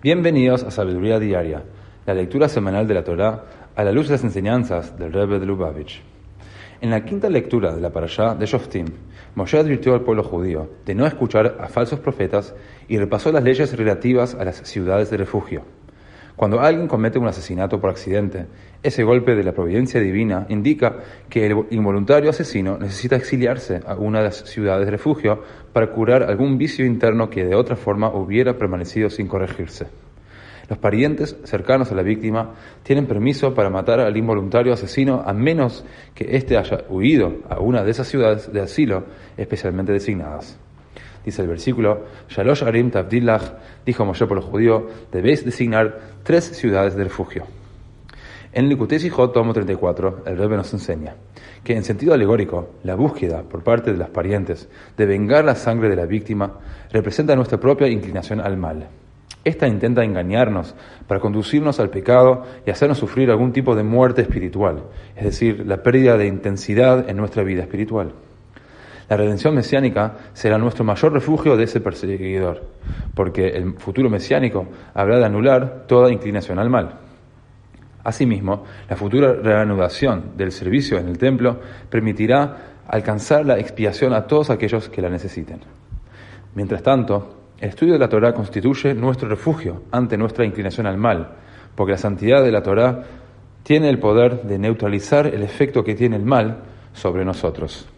Bienvenidos a Sabiduría Diaria, la lectura semanal de la Torá a la luz de las enseñanzas del Rebbe de Lubavitch. En la quinta lectura de la Parashá de Shoftim, Moshe advirtió al pueblo judío de no escuchar a falsos profetas y repasó las leyes relativas a las ciudades de refugio. Cuando alguien comete un asesinato por accidente, ese golpe de la providencia divina indica que el involuntario asesino necesita exiliarse a una de las ciudades de refugio para curar algún vicio interno que de otra forma hubiera permanecido sin corregirse. Los parientes cercanos a la víctima tienen permiso para matar al involuntario asesino a menos que éste haya huido a una de esas ciudades de asilo especialmente designadas. Dice el versículo, Shalosh Arim Tavdilach, dijo Moshe por los judíos, debéis designar 3 ciudades de refugio. En Likutei Sijot, tomo 34, el Rebbe nos enseña que en sentido alegórico, la búsqueda por parte de los parientes de vengar la sangre de la víctima representa nuestra propia inclinación al mal. Esta intenta engañarnos para conducirnos al pecado y hacernos sufrir algún tipo de muerte espiritual, es decir, la pérdida de intensidad en nuestra vida espiritual. La redención mesiánica será nuestro mayor refugio de ese perseguidor, porque el futuro mesiánico habrá de anular toda inclinación al mal. Asimismo, la futura reanudación del servicio en el templo permitirá alcanzar la expiación a todos aquellos que la necesiten. Mientras tanto, el estudio de la Torá constituye nuestro refugio ante nuestra inclinación al mal, porque la santidad de la Torá tiene el poder de neutralizar el efecto que tiene el mal sobre nosotros.